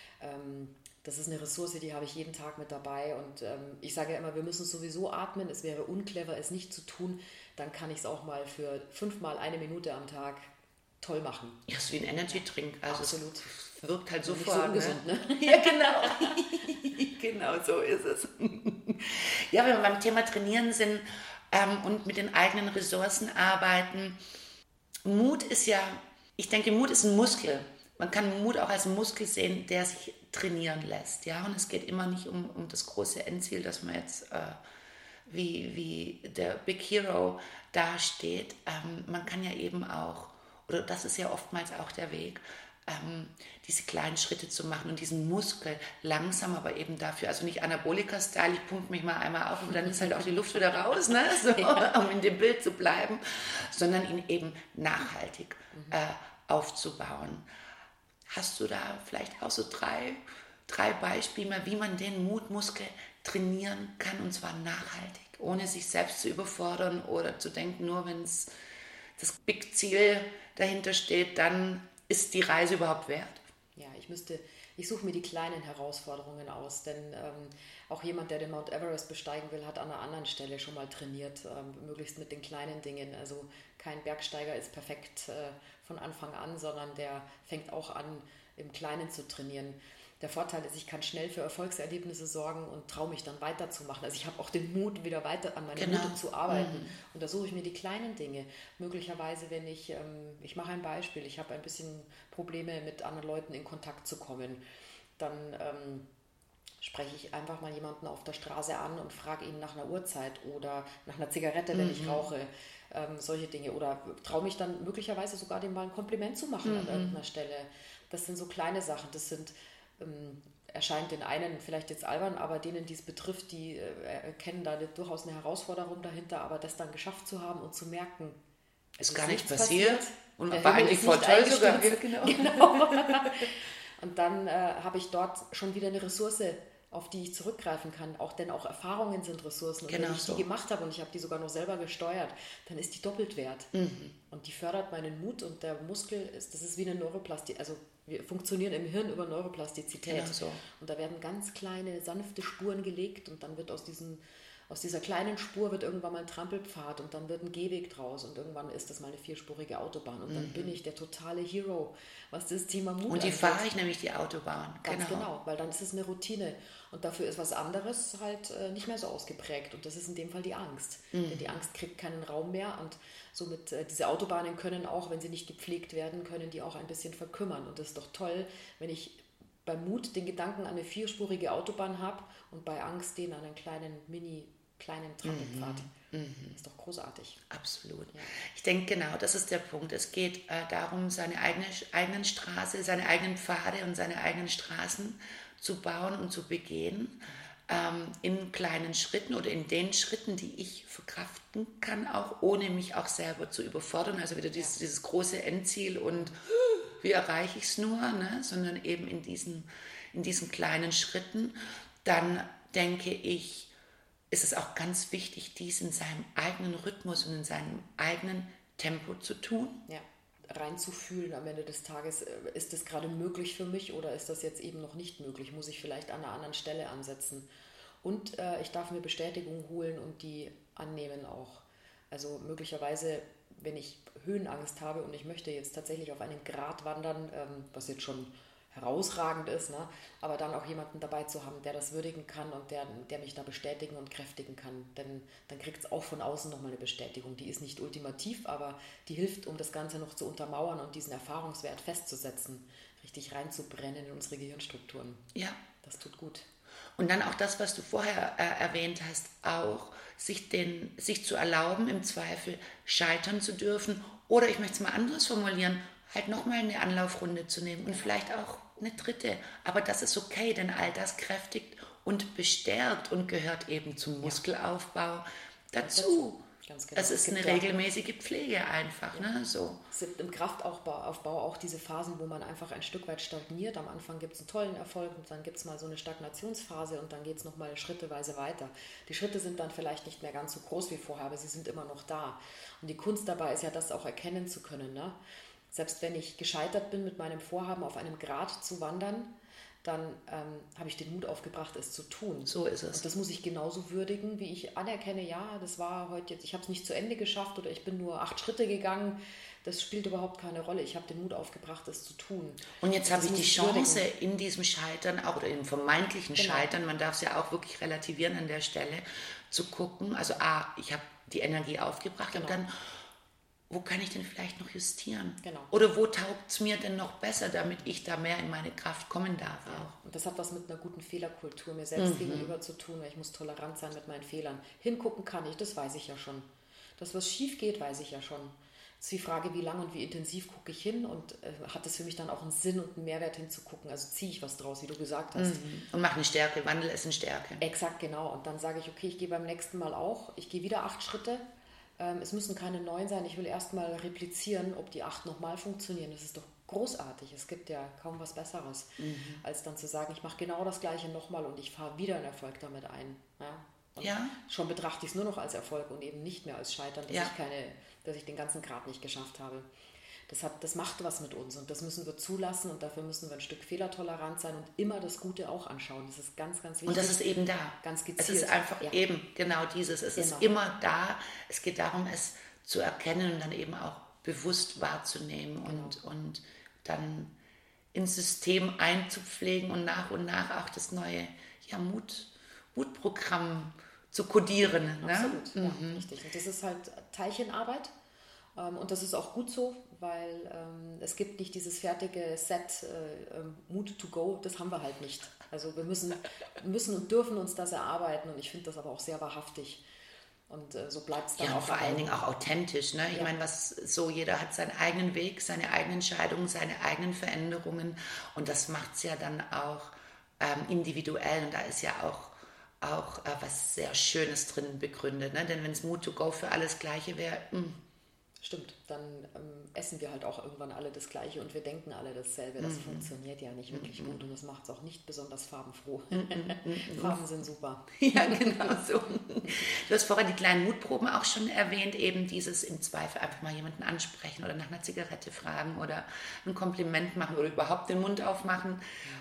das ist eine Ressource, die habe ich jeden Tag mit dabei und ich sage ja immer, wir müssen sowieso atmen, es wäre unclever, es nicht zu tun, dann kann ich es auch mal für 5-mal 1 Minute am Tag toll machen. Ja, ist wie ein Energy-Drink. Also absolut. Es wirkt halt sofort. So ungesund, ne? Ja, genau. Genau so ist es. Ja, wenn wir beim Thema Trainieren sind und mit den eigenen Ressourcen arbeiten, Mut ist ja, ich denke, Mut ist ein Muskel. Man kann Mut auch als Muskel sehen, der sich trainieren lässt. Ja? Und es geht immer nicht um das große Endziel, dass man jetzt wie der Big Hero dasteht. Man kann ja eben auch, oder das ist ja oftmals auch der Weg, diese kleinen Schritte zu machen und diesen Muskel langsam, aber eben dafür, also nicht Anabolika-Style, ich pumpe mich mal einmal auf und dann ist halt auch die Luft wieder raus, ne? So, um in dem Bild zu bleiben, sondern ihn eben nachhaltig aufzubauen. Hast du da vielleicht auch so drei Beispiele, wie man den Mutmuskel trainieren kann und zwar nachhaltig, ohne sich selbst zu überfordern oder zu denken, nur wenn das Big-Ziel dahinter steht, dann ist die Reise überhaupt wert? Ja, ich müsste Ich suche mir die kleinen Herausforderungen aus, denn auch jemand, der den Mount Everest besteigen will, hat an einer anderen Stelle schon mal trainiert, möglichst mit den kleinen Dingen. Also kein Bergsteiger ist perfekt von Anfang an, sondern der fängt auch an, im Kleinen zu trainieren. Der Vorteil ist, ich kann schnell für Erfolgserlebnisse sorgen und traue mich dann weiterzumachen. Also ich habe auch den Mut, wieder weiter an meine Note zu arbeiten. Und da suche ich mir die kleinen Dinge. Möglicherweise, wenn ich mache ein Beispiel, ich habe ein bisschen Probleme, mit anderen Leuten in Kontakt zu kommen, dann spreche ich einfach mal jemanden auf der Straße an und frage ihn nach einer Uhrzeit oder nach einer Zigarette, wenn ich rauche. Solche Dinge. Oder traue mich dann möglicherweise sogar dem mal ein Kompliment zu machen an irgendeiner Stelle. Das sind so kleine Sachen. Das sind erscheint den einen vielleicht jetzt albern, aber denen, die es betrifft, die erkennen da durchaus eine Herausforderung dahinter, aber das dann geschafft zu haben und zu merken, es ist gar nicht passiert und war eigentlich voll toll sogar. Genau. Und dann habe ich dort schon wieder eine Ressource, auf die ich zurückgreifen kann, denn auch Erfahrungen sind Ressourcen. Und wenn ich die gemacht habe und ich habe die sogar noch selber gesteuert, dann ist die doppelt wert. Und die fördert meinen Mut und der Muskel, das ist wie eine Neuroplastizität, also wir funktionieren im Hirn über Neuroplastizität. Und da werden ganz kleine, sanfte Spuren gelegt und dann wird aus dieser kleinen Spur wird irgendwann mal ein Trampelpfad und dann wird ein Gehweg draus und irgendwann ist das mal eine 4-spurige Autobahn und dann bin ich der totale Hero, was das Thema Mut Und die fahre ich nämlich, die Autobahn. Ganz genau, weil dann ist es eine Routine und dafür ist was anderes halt nicht mehr so ausgeprägt und das ist in dem Fall die Angst. Denn die Angst kriegt keinen Raum mehr und somit diese Autobahnen können auch, wenn sie nicht gepflegt werden, können die auch ein bisschen verkümmern und das ist doch toll, wenn ich bei Mut den Gedanken an eine 4-spurige Autobahn habe und bei Angst den an einen kleinen Trampelpfad. Das ist doch großartig. Absolut. Ja. Ich denke, genau, das ist der Punkt. Es geht darum, seine eigenen Straße, seine eigenen Pfade und seine eigenen Straßen zu bauen und zu begehen. In kleinen Schritten oder in den Schritten, die ich verkraften kann, auch ohne mich auch selber zu überfordern. Also wieder dieses große Endziel und wie erreiche ich es nur, ne? Sondern eben in diesen kleinen Schritten. Dann denke ich, ist es auch ganz wichtig, dies in seinem eigenen Rhythmus und in seinem eigenen Tempo zu tun. Ja, reinzufühlen am Ende des Tages, ist das gerade möglich für mich oder ist das jetzt eben noch nicht möglich? Muss ich vielleicht an einer anderen Stelle ansetzen? Und ich darf mir Bestätigung holen und die annehmen auch. Also möglicherweise, wenn ich Höhenangst habe und ich möchte jetzt tatsächlich auf einen Grat wandern, was jetzt schon herausragend ist, ne? Aber dann auch jemanden dabei zu haben, der das würdigen kann und der mich da bestätigen und kräftigen kann. Denn dann kriegt es auch von außen nochmal eine Bestätigung. Die ist nicht ultimativ, aber die hilft, um das Ganze noch zu untermauern und diesen Erfahrungswert festzusetzen, richtig reinzubrennen in unsere Gehirnstrukturen. Ja. Das tut gut. Und dann auch das, was du vorher erwähnt hast, auch sich zu erlauben, im Zweifel scheitern zu dürfen. Oder ich möchte es mal anders formulieren, halt nochmal eine Anlaufrunde zu nehmen und vielleicht auch eine dritte. Aber das ist okay, denn all das kräftigt und bestärkt und gehört eben zum Muskelaufbau dazu. Ganz genau. Es ist eine regelmäßige Pflege einfach. Ne? So. Es gibt im Kraftaufbau auch diese Phasen, wo man einfach ein Stück weit stagniert. Am Anfang gibt es einen tollen Erfolg und dann gibt es mal so eine Stagnationsphase und dann geht es nochmal schritteweise weiter. Die Schritte sind dann vielleicht nicht mehr ganz so groß wie vorher, aber sie sind immer noch da. Und die Kunst dabei ist ja, das auch erkennen zu können. Ne? Selbst wenn ich gescheitert bin mit meinem Vorhaben, auf einem Grat zu wandern, dann habe ich den Mut aufgebracht, es zu tun. So ist es. Und das muss ich genauso würdigen, wie ich anerkenne, ja, das war heute jetzt, ich habe es nicht zu Ende geschafft oder ich bin nur 8 Schritte gegangen. Das spielt überhaupt keine Rolle. Ich habe den Mut aufgebracht, es zu tun. Und jetzt habe ich die Chance, in diesem Scheitern, auch oder im vermeintlichen Scheitern, man darf es ja auch wirklich relativieren an der Stelle, zu gucken, also ich habe die Energie aufgebracht und dann, wo kann ich denn vielleicht noch justieren? Genau. Oder wo taugt es mir denn noch besser, damit ich da mehr in meine Kraft kommen darf auch? Und das hat was mit einer guten Fehlerkultur mir selbst gegenüber zu tun, weil ich muss tolerant sein mit meinen Fehlern. Hingucken kann ich, das weiß ich ja schon. Das, was schief geht, weiß ich ja schon. Es ist die Frage, wie lang und wie intensiv gucke ich hin und hat es für mich dann auch einen Sinn und einen Mehrwert hinzugucken? Also ziehe ich was draus, wie du gesagt hast. Und mache eine Stärke, wandle es in Stärke. Exakt, genau. Und dann sage ich, okay, ich gehe beim nächsten Mal auch, ich gehe wieder 8 Schritte. Es müssen keine 9 sein. Ich will erstmal replizieren, ob die 8 nochmal funktionieren. Das ist doch großartig. Es gibt ja kaum was Besseres, als dann zu sagen, ich mache genau das Gleiche nochmal und ich fahre wieder einen Erfolg damit ein. Ja? Und schon betrachte ich es nur noch als Erfolg und eben nicht mehr als Scheitern, dass ich den ganzen Grad nicht geschafft habe. das macht was mit uns und das müssen wir zulassen und dafür müssen wir ein Stück fehlertolerant sein und immer das Gute auch anschauen. Das ist ganz, ganz wichtig. Und das ist eben da. Ganz gezielt. Es ist einfach eben genau dieses. Es ist immer da. Es geht darum, es zu erkennen und dann eben auch bewusst wahrzunehmen und dann ins System einzupflegen und nach auch das neue Mutprogramm zu kodieren. Absolut, ja, richtig. Und das ist halt Teilchenarbeit und das ist auch gut so, weil es gibt nicht dieses fertige Set Mood to go, das haben wir halt nicht. Also wir müssen und dürfen uns das erarbeiten und ich finde das aber auch sehr wahrhaftig. Und so bleibt es dann auch. Ja, vor allen Dingen auch authentisch. Ne? Ich meine, jeder hat seinen eigenen Weg, seine eigenen Entscheidungen, seine eigenen Veränderungen und das macht es ja dann auch individuell und da ist ja auch was sehr Schönes drin begründet. Ne? Denn wenn es Mood to go für alles Gleiche wäre, stimmt, dann essen wir halt auch irgendwann alle das Gleiche und wir denken alle dasselbe. Das funktioniert ja nicht wirklich gut und das macht es auch nicht besonders farbenfroh. Farben sind super. Ja, genau so. Du hast vorher die kleinen Mutproben auch schon erwähnt, eben dieses im Zweifel einfach mal jemanden ansprechen oder nach einer Zigarette fragen oder ein Kompliment machen oder überhaupt den Mund aufmachen.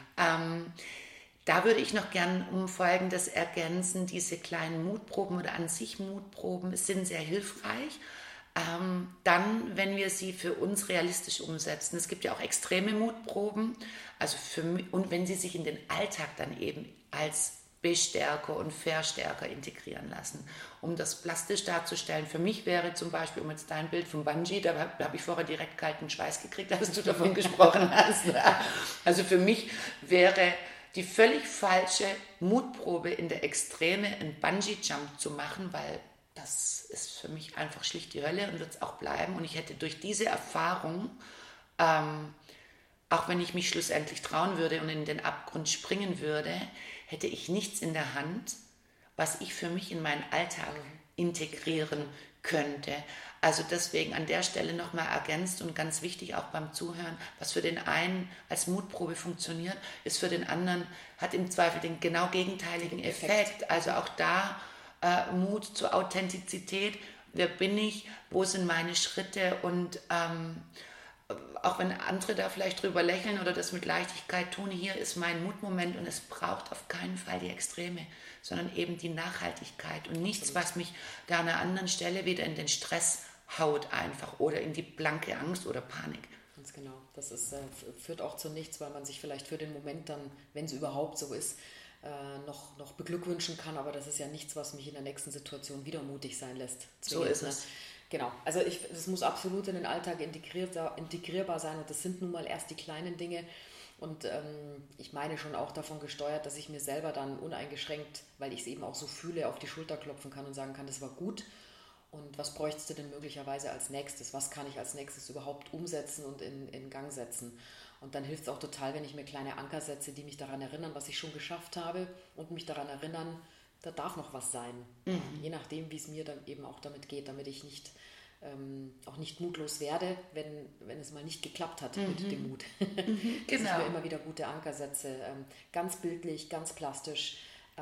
Da würde ich noch gern um Folgendes ergänzen. Diese kleinen Mutproben oder an sich Mutproben sind sehr hilfreich. Dann, wenn wir sie für uns realistisch umsetzen. Es gibt ja auch extreme Mutproben, und wenn sie sich in den Alltag dann eben als Bestärker und Verstärker integrieren lassen. Um das plastisch darzustellen, für mich wäre zum Beispiel, um jetzt dein Bild vom Bungee, da habe ich vorher direkt kalten Schweiß gekriegt, als du davon gesprochen hast. Also für mich wäre die völlig falsche Mutprobe in der Extreme, einen Bungee-Jump zu machen, weil das ist für mich einfach schlicht die Hölle und wird es auch bleiben. Und ich hätte durch diese Erfahrung, auch wenn ich mich schlussendlich trauen würde und in den Abgrund springen würde, hätte ich nichts in der Hand, was ich für mich in meinen Alltag integrieren könnte. Also deswegen an der Stelle nochmal ergänzt und ganz wichtig auch beim Zuhören, was für den einen als Mutprobe funktioniert, ist für den anderen, hat im Zweifel den genau gegenteiligen Effekt. Also auch da Mut zur Authentizität. Wer bin ich? Wo sind meine Schritte? Und auch wenn andere da vielleicht drüber lächeln oder das mit Leichtigkeit tun, hier ist mein Mutmoment und es braucht auf keinen Fall die Extreme, sondern eben die Nachhaltigkeit und nichts, was mich da an einer anderen Stelle wieder in den Stress haut einfach oder in die blanke Angst oder Panik. Ganz genau. Das führt auch zu nichts, weil man sich vielleicht für den Moment dann, wenn es überhaupt so ist, noch beglückwünschen kann, aber das ist ja nichts, was mich in der nächsten Situation wieder mutig sein lässt. So ist es. Genau, also das muss absolut in den Alltag integrierbar sein und das sind nun mal erst die kleinen Dinge und ich meine schon auch davon gesteuert, dass ich mir selber dann uneingeschränkt, weil ich es eben auch so fühle, auf die Schulter klopfen kann und sagen kann, das war gut und was bräuchtest du denn möglicherweise als nächstes, was kann ich als nächstes überhaupt umsetzen und in Gang setzen. Und dann hilft es auch total, wenn ich mir kleine Anker setze, die mich daran erinnern, was ich schon geschafft habe und mich daran erinnern, da darf noch was sein. Je nachdem, wie es mir dann eben auch damit geht, damit ich auch nicht mutlos werde, wenn es mal nicht geklappt hat mit dem Mut. Dass ich mir immer wieder gute Anker setze, ganz bildlich, ganz plastisch,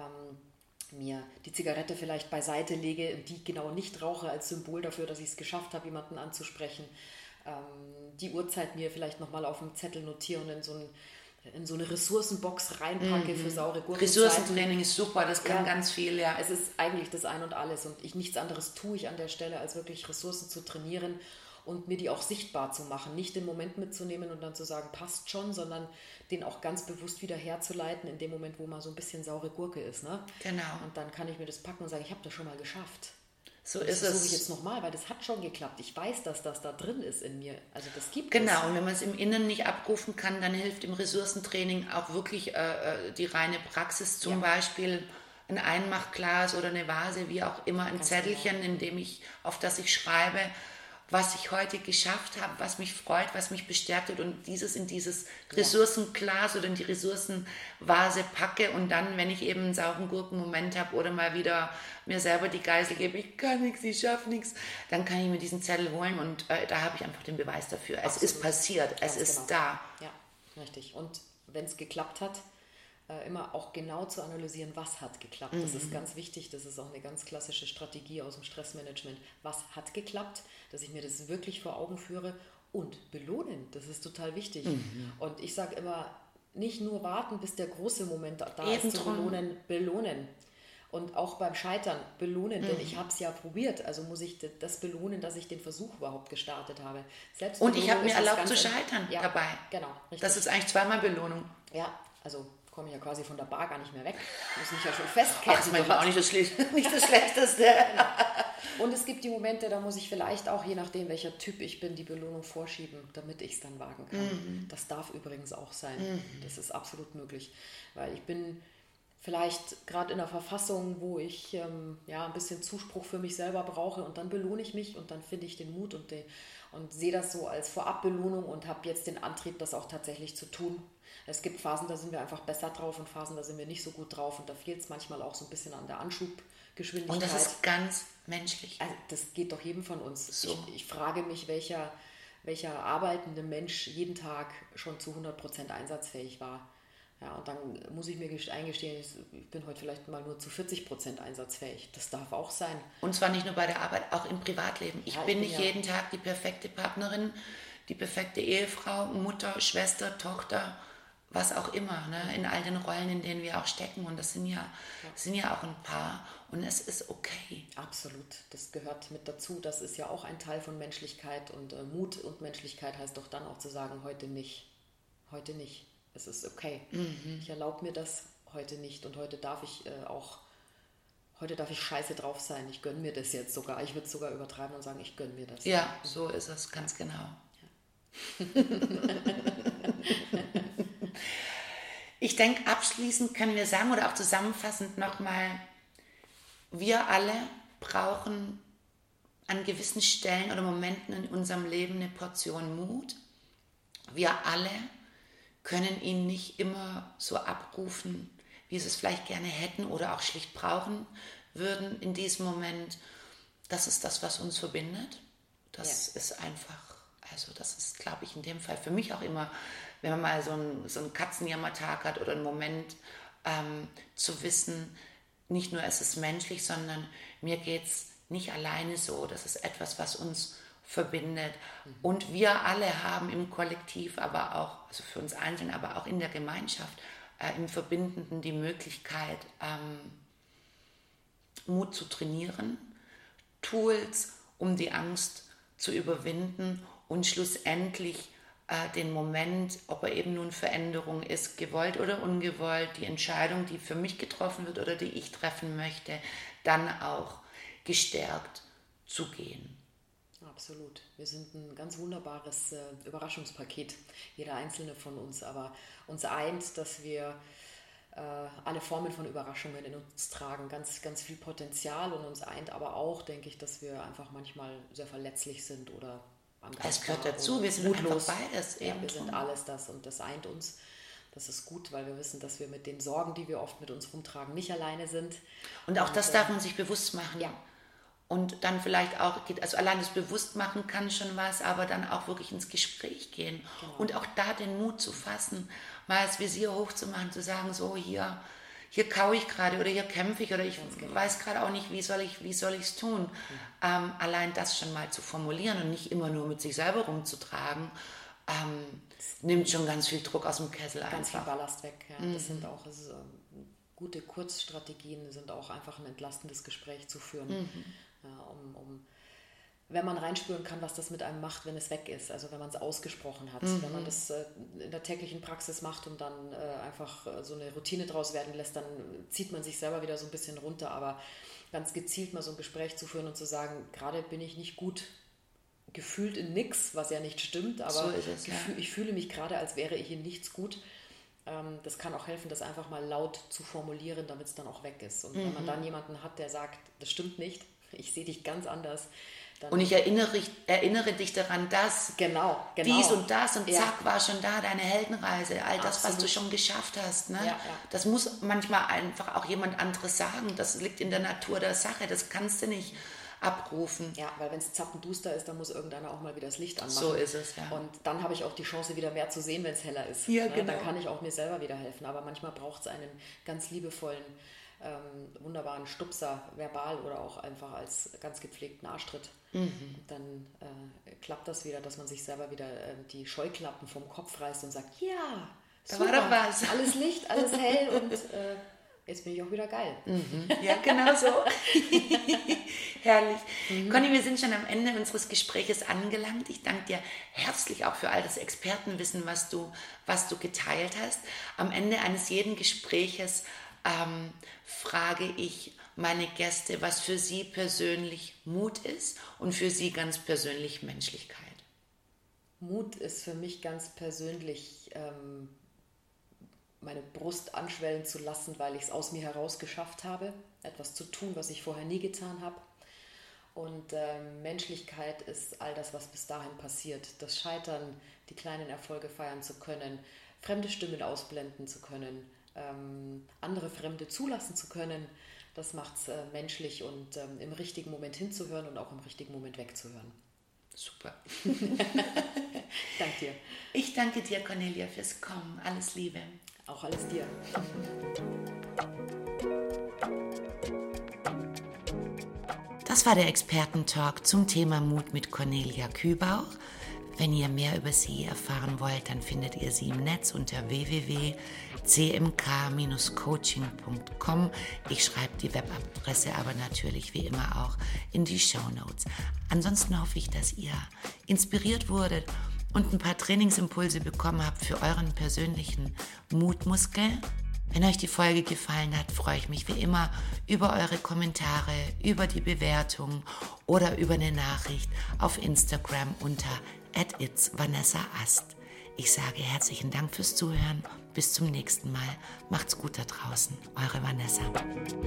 mir die Zigarette vielleicht beiseite lege, die genau nicht rauche als Symbol dafür, dass ich es geschafft habe, jemanden anzusprechen, die Uhrzeit mir vielleicht nochmal auf dem Zettel notiere und in so eine Ressourcenbox reinpacke für saure Gurkenzeiten. Ressourcentraining ist super, das kann ganz viel, ja. Es ist eigentlich das Ein und Alles und nichts anderes tue ich an der Stelle, als wirklich Ressourcen zu trainieren und mir die auch sichtbar zu machen. Nicht den Moment mitzunehmen und dann zu sagen, passt schon, sondern den auch ganz bewusst wieder herzuleiten in dem Moment, wo mal so ein bisschen saure Gurke ist. Ne? Genau. Und dann kann ich mir das packen und sagen, ich habe das schon mal geschafft. So das ist es. versuche ich jetzt nochmal, weil das hat schon geklappt. Ich weiß, dass das da drin ist in mir. Also das gibt es. es. Genau, und wenn man es im Innen nicht abrufen kann, dann hilft im Ressourcentraining auch wirklich die reine Praxis, zum Beispiel ein Einmachglas oder eine Vase, wie auch immer, ein Zettelchen, auf das ich schreibe, was ich heute geschafft habe, was mich freut, was mich bestärkt hat und dieses in dieses Ressourcenglas oder in die Ressourcenvase packe und dann, wenn ich eben einen sauren Gurkenmoment habe oder mal wieder mir selber die Geisel gebe, ich kann nichts, ich schaffe nichts, dann kann ich mir diesen Zettel holen und da habe ich einfach den Beweis dafür. Es ist passiert, es ist da. Ja, richtig. Und wenn es geklappt hat, immer auch genau zu analysieren, was hat geklappt. Das ist ganz wichtig, das ist auch eine ganz klassische Strategie aus dem Stressmanagement. Was hat geklappt, dass ich mir das wirklich vor Augen führe und belohnen. Das ist total wichtig. Und ich sage immer, nicht nur warten, bis der große Moment da ist, zu belohnen. Und auch beim Scheitern belohnen, denn ich habe es ja probiert. Also muss ich das belohnen, dass ich den Versuch überhaupt gestartet habe. Und ich habe mir erlaubt zu scheitern dabei. Genau, richtig. Das ist eigentlich zweimal Belohnung. Ja, also komme ich ja quasi von der Bar gar nicht mehr weg. Muss mich ja schon festketten. Das ist manchmal auch nicht das Schlechteste. Und es gibt die Momente, da muss ich vielleicht auch, je nachdem, welcher Typ ich bin, die Belohnung vorschieben, damit ich es dann wagen kann. Das darf übrigens auch sein. Das ist absolut möglich. Weil ich bin vielleicht gerade in einer Verfassung, wo ich ein bisschen Zuspruch für mich selber brauche und dann belohne ich mich und dann finde ich den Mut und sehe das so als Vorabbelohnung und habe jetzt den Antrieb, das auch tatsächlich zu tun. Es gibt Phasen, da sind wir einfach besser drauf und Phasen, da sind wir nicht so gut drauf und da fehlt es manchmal auch so ein bisschen an der Anschubgeschwindigkeit. Und das ist ganz menschlich. Also das geht doch jedem von uns. So. Ich frage mich, welcher arbeitende Mensch jeden Tag schon zu 100% einsatzfähig war. Ja, und dann muss ich mir eingestehen, ich bin heute vielleicht mal nur zu 40% einsatzfähig. Das darf auch sein. Und zwar nicht nur bei der Arbeit, auch im Privatleben. Ich bin nicht jeden Tag die perfekte Partnerin, die perfekte Ehefrau, Mutter, Schwester, Tochter, was auch immer, ne? In all den Rollen, in denen wir auch stecken. Und das sind ja auch ein paar. Und es ist okay. Absolut. Das gehört mit dazu. Das ist ja auch ein Teil von Menschlichkeit. Und Mut und Menschlichkeit heißt doch dann auch zu sagen, heute nicht. Heute nicht. Es ist okay. Ich erlaube mir das heute nicht und heute darf ich scheiße drauf sein. Ich gönne mir das jetzt sogar. Ich würde es sogar übertreiben und sagen, ich gönne mir das. Ja, so ist es, ganz genau. Ja. Ich denke, abschließend können wir sagen oder auch zusammenfassend nochmal, wir alle brauchen an gewissen Stellen oder Momenten in unserem Leben eine Portion Mut. Wir alle können ihn nicht immer so abrufen, wie sie es vielleicht gerne hätten oder auch schlicht brauchen würden in diesem Moment. Das ist das, was uns verbindet. Das ist einfach, also das ist, glaube ich, in dem Fall für mich auch immer, wenn man mal so einen Katzenjammertag hat oder einen Moment, zu wissen, nicht nur ist es menschlich, sondern mir geht es nicht alleine so. Das ist etwas, was uns verbindet. Und wir alle haben im Kollektiv, aber auch, also für uns einzeln, aber auch in der Gemeinschaft, im Verbindenden die Möglichkeit, Mut zu trainieren, Tools, um die Angst zu überwinden und schlussendlich den Moment, ob er eben nun Veränderung ist, gewollt oder ungewollt, die Entscheidung, die für mich getroffen wird oder die ich treffen möchte, dann auch gestärkt zu gehen. Absolut. Wir sind ein ganz wunderbares Überraschungspaket, jeder einzelne von uns, aber uns eint, dass wir alle Formen von Überraschungen in uns tragen, ganz, ganz viel Potenzial und uns eint aber auch, denke ich, dass wir einfach manchmal sehr verletzlich sind oder angreifbar. Es gehört dazu, wir sind mutlos. Einfach beides. Ja, wir sind alles das und das eint uns. Das ist gut, weil wir wissen, dass wir mit den Sorgen, die wir oft mit uns rumtragen, nicht alleine sind. Und auch das darf man sich bewusst machen. Ja. Und dann vielleicht auch, also allein das Bewusstmachen kann schon was, aber dann auch wirklich ins Gespräch gehen. Genau. Und auch da den Mut zu fassen, mal das Visier hochzumachen, zu sagen, so hier kaue ich gerade oder hier kämpfe ich oder ich weiß gerade auch nicht, wie soll ich es tun. Allein das schon mal zu formulieren und nicht immer nur mit sich selber rumzutragen, nimmt schon ganz viel Druck aus dem Kessel einfach. Ganz viel Ballast weg. Ja. Das sind auch gute Kurzstrategien, sind auch einfach ein entlastendes Gespräch zu führen. Ja, wenn man reinspüren kann, was das mit einem macht, wenn es weg ist, also wenn man es ausgesprochen hat, wenn man das in der täglichen Praxis macht und dann einfach so eine Routine draus werden lässt, dann zieht man sich selber wieder so ein bisschen runter, aber ganz gezielt mal so ein Gespräch zu führen und zu sagen, gerade bin ich nicht gut gefühlt in nix, was ja nicht stimmt, aber so ist es, ich fühle mich gerade, als wäre ich in nichts gut. Das kann auch helfen, das einfach mal laut zu formulieren, damit es dann auch weg ist. Und wenn man dann jemanden hat, der sagt, das stimmt nicht, ich sehe dich ganz anders. Und ich erinnere dich daran, dass dies und das und zack, war schon da, deine Heldenreise, all das, was du schon geschafft hast. Ne? Ja. Das muss manchmal einfach auch jemand anderes sagen. Das liegt in der Natur der Sache, das kannst du nicht abrufen. Ja, weil wenn es zappenduster ist, dann muss irgendeiner auch mal wieder das Licht anmachen. So ist es, ja. Und dann habe ich auch die Chance, wieder mehr zu sehen, wenn es heller ist. Ja, genau. Dann kann ich auch mir selber wieder helfen. Aber manchmal braucht es einen ganz liebevollen wunderbaren Stupser, verbal oder auch einfach als ganz gepflegten Arschtritt. Dann klappt das wieder, dass man sich selber wieder die Scheuklappen vom Kopf reißt und sagt, ja, da super, war doch was. alles Licht, alles hell und jetzt bin ich auch wieder geil. Ja, genau so. Herrlich. Conny, wir sind schon am Ende unseres Gespräches angelangt. Ich danke dir herzlich auch für all das Expertenwissen, was du geteilt hast. Am Ende eines jeden Gespräches frage ich meine Gäste, was für sie persönlich Mut ist und für sie ganz persönlich Menschlichkeit. Mut ist für mich ganz persönlich meine Brust anschwellen zu lassen, weil ich es aus mir heraus geschafft habe, etwas zu tun, was ich vorher nie getan habe. Und Menschlichkeit ist all das, was bis dahin passiert. Das Scheitern, die kleinen Erfolge feiern zu können, fremde Stimmen ausblenden zu können, andere Fremde zulassen zu können, das macht es menschlich und im richtigen Moment hinzuhören und auch im richtigen Moment wegzuhören. Super. Danke dir. Ich danke dir, Cornelia, fürs Kommen. Alles Liebe. Auch alles dir. Das war der Expertentalk zum Thema Mut mit Cornelia Kübauch. Wenn ihr mehr über sie erfahren wollt, dann findet ihr sie im Netz unter www.cmk-coaching.com. Ich schreibe die Webadresse aber natürlich wie immer auch in die Shownotes. Ansonsten hoffe ich, dass ihr inspiriert wurdet und ein paar Trainingsimpulse bekommen habt für euren persönlichen Mutmuskel. Wenn euch die Folge gefallen hat, freue ich mich wie immer über eure Kommentare, über die Bewertung oder über eine Nachricht auf Instagram unter @itsvanessaast. Ich sage herzlichen Dank fürs Zuhören. Bis zum nächsten Mal. Macht's gut da draußen. Eure Vanessa.